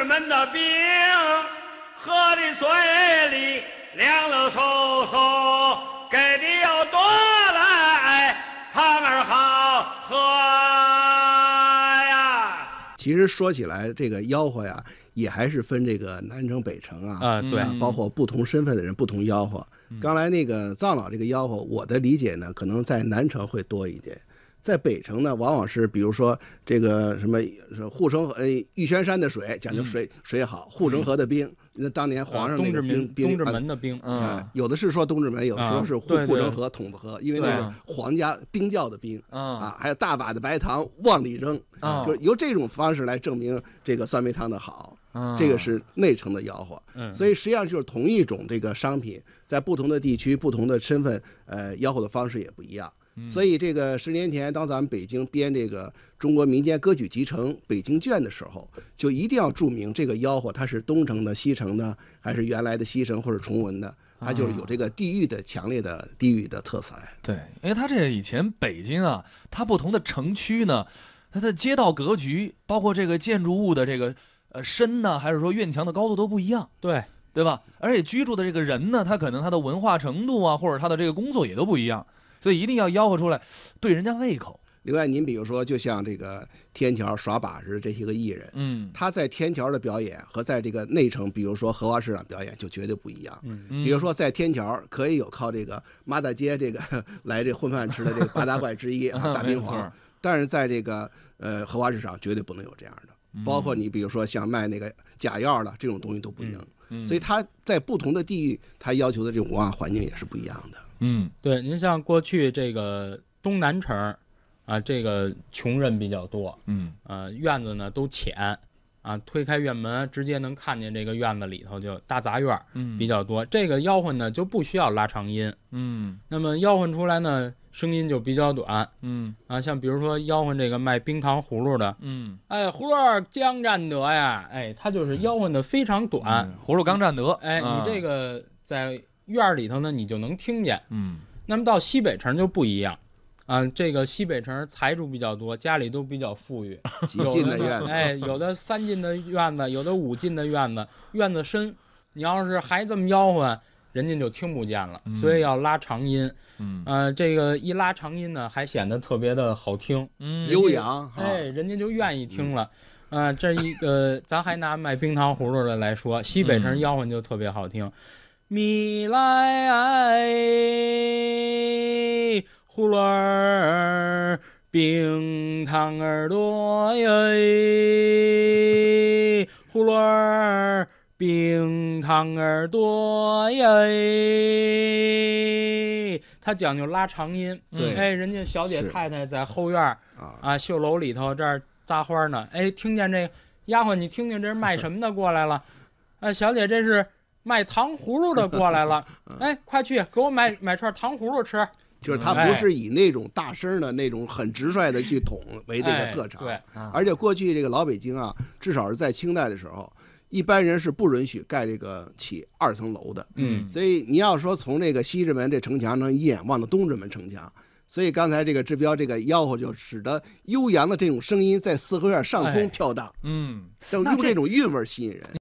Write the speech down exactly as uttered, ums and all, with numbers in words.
志们的兵，喝的嘴里凉了飕飕，给的要多来胖儿好喝呀。 其实说起来，这个吆喝呀，也还是分这个南城北城啊， 啊，对， 啊包括不同身份的人不同吆喝。刚才那个藏老这个吆喝，我的理解呢，可能在南城会多一点。在北城呢，往往是比如说这个什么护城河、呃玉轩山的水讲究水、嗯、水好，护城河的兵，那当年皇上那个兵、 啊、东直门的兵啊、 呃，有的是说东直门，有的时候是护、啊、护城河、筒子河，因为那是皇家兵教的兵啊，啊还有大把的白糖往里扔，啊、就是由这种方式来证明这个酸梅汤的好。啊、这个是内城的吆喝，嗯、所以实际上就是同一种这个商品，在不同的地区、不同的身份，呃，吆喝的方式也不一样。所以这个十年前，当咱们北京编这个中国民间歌曲集成北京卷的时候，就一定要注明这个吆喝它是东城的、西城的，还是原来的西城或者崇文的，它就是有这个地域的强烈的地域的特色。 对，因为它这以前北京啊，它不同的城区呢，它的街道格局，包括这个建筑物的这个呃深呢，还是说院墙的高度都不一样。 对。 对吧？而且居住的这个人呢，他可能他的文化程度啊，或者他的这个工作也都不一样，所以一定要吆喝出来，对人家胃口。 另外，您比如说，就像这个天桥耍把式这些个艺人，嗯，他在天桥的表演和在这个内城，比如说荷花市场表演就绝对不一样。嗯，比如说在天桥可以有靠这个马大街这个来这混饭吃的这个八大怪之一啊，大冰皇，但是在这个呃荷花市场绝对不能有这样的。包括你比如说像卖那个假药的这种东西都不行。嗯，所以它在不同的地域，它要求的这种文化环境也是不一样的。 嗯，对，您像过去这个东南城啊，这个穷人比较多，嗯，呃，院子呢都浅啊，推开院门直接能看见这个院子里头就大杂院，嗯，比较多。这个吆喝呢就不需要拉长音，嗯，那么吆喝出来呢声音就比较短，嗯啊，像比如说吆喝这个卖冰糖葫芦的，嗯，哎，葫芦刚占得呀，哎，他就是吆喝的非常短， 嗯、葫芦刚占得， 哎，你这个在院里头呢你就能听见，嗯，那么到西北城就不一样。啊，这个西北城财主比较多，家里都比较富裕， 几进的院子， 哎，有的三进的院子，有的五进的院子，院子深，你要是还这么吆喝，人家就听不见了，嗯、所以要拉长音。嗯，呃，这个一拉长音呢，还显得特别的好听， 嗯，悠扬， 哎，人家就愿意听了。啊、呃，这一个咱还拿卖冰糖葫芦的来说，西北城吆喝就特别好听，嗯、米来哎。葫芦儿冰糖耳朵耶，葫芦儿冰糖耳朵耶，他讲究拉长音。 对， 哎，人家小姐太太在后院啊绣楼里头这儿扎花呢，哎，听见这丫鬟，你听听这是卖什么的过来了？啊，小姐这是卖糖葫芦的过来了，哎，快去给我买买串糖葫芦吃。 就是他不是以那种大声的那种很直率的去捅为这个特长， 哎、 对，而且过去这个老北京啊，至少是在清代的时候，一般人是不允许盖这个起二层楼的，嗯，所以你要说从这个西直门这城墙能一眼望到东直门城墙，所以刚才这个志彪这个吆喝就使得悠扬的这种声音在四合院上空飘荡，哎、嗯，用这种韵味吸引人。